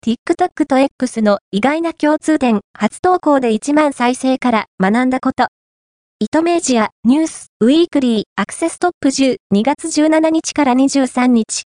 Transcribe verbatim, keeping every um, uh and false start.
TikTok と X の意外な共通点、初投稿でいちまん再生から学んだこと。糸メージア、ニュース、ウィークリー、アクセストップじゅう、にがつじゅうしちにちからにじゅうさんにち。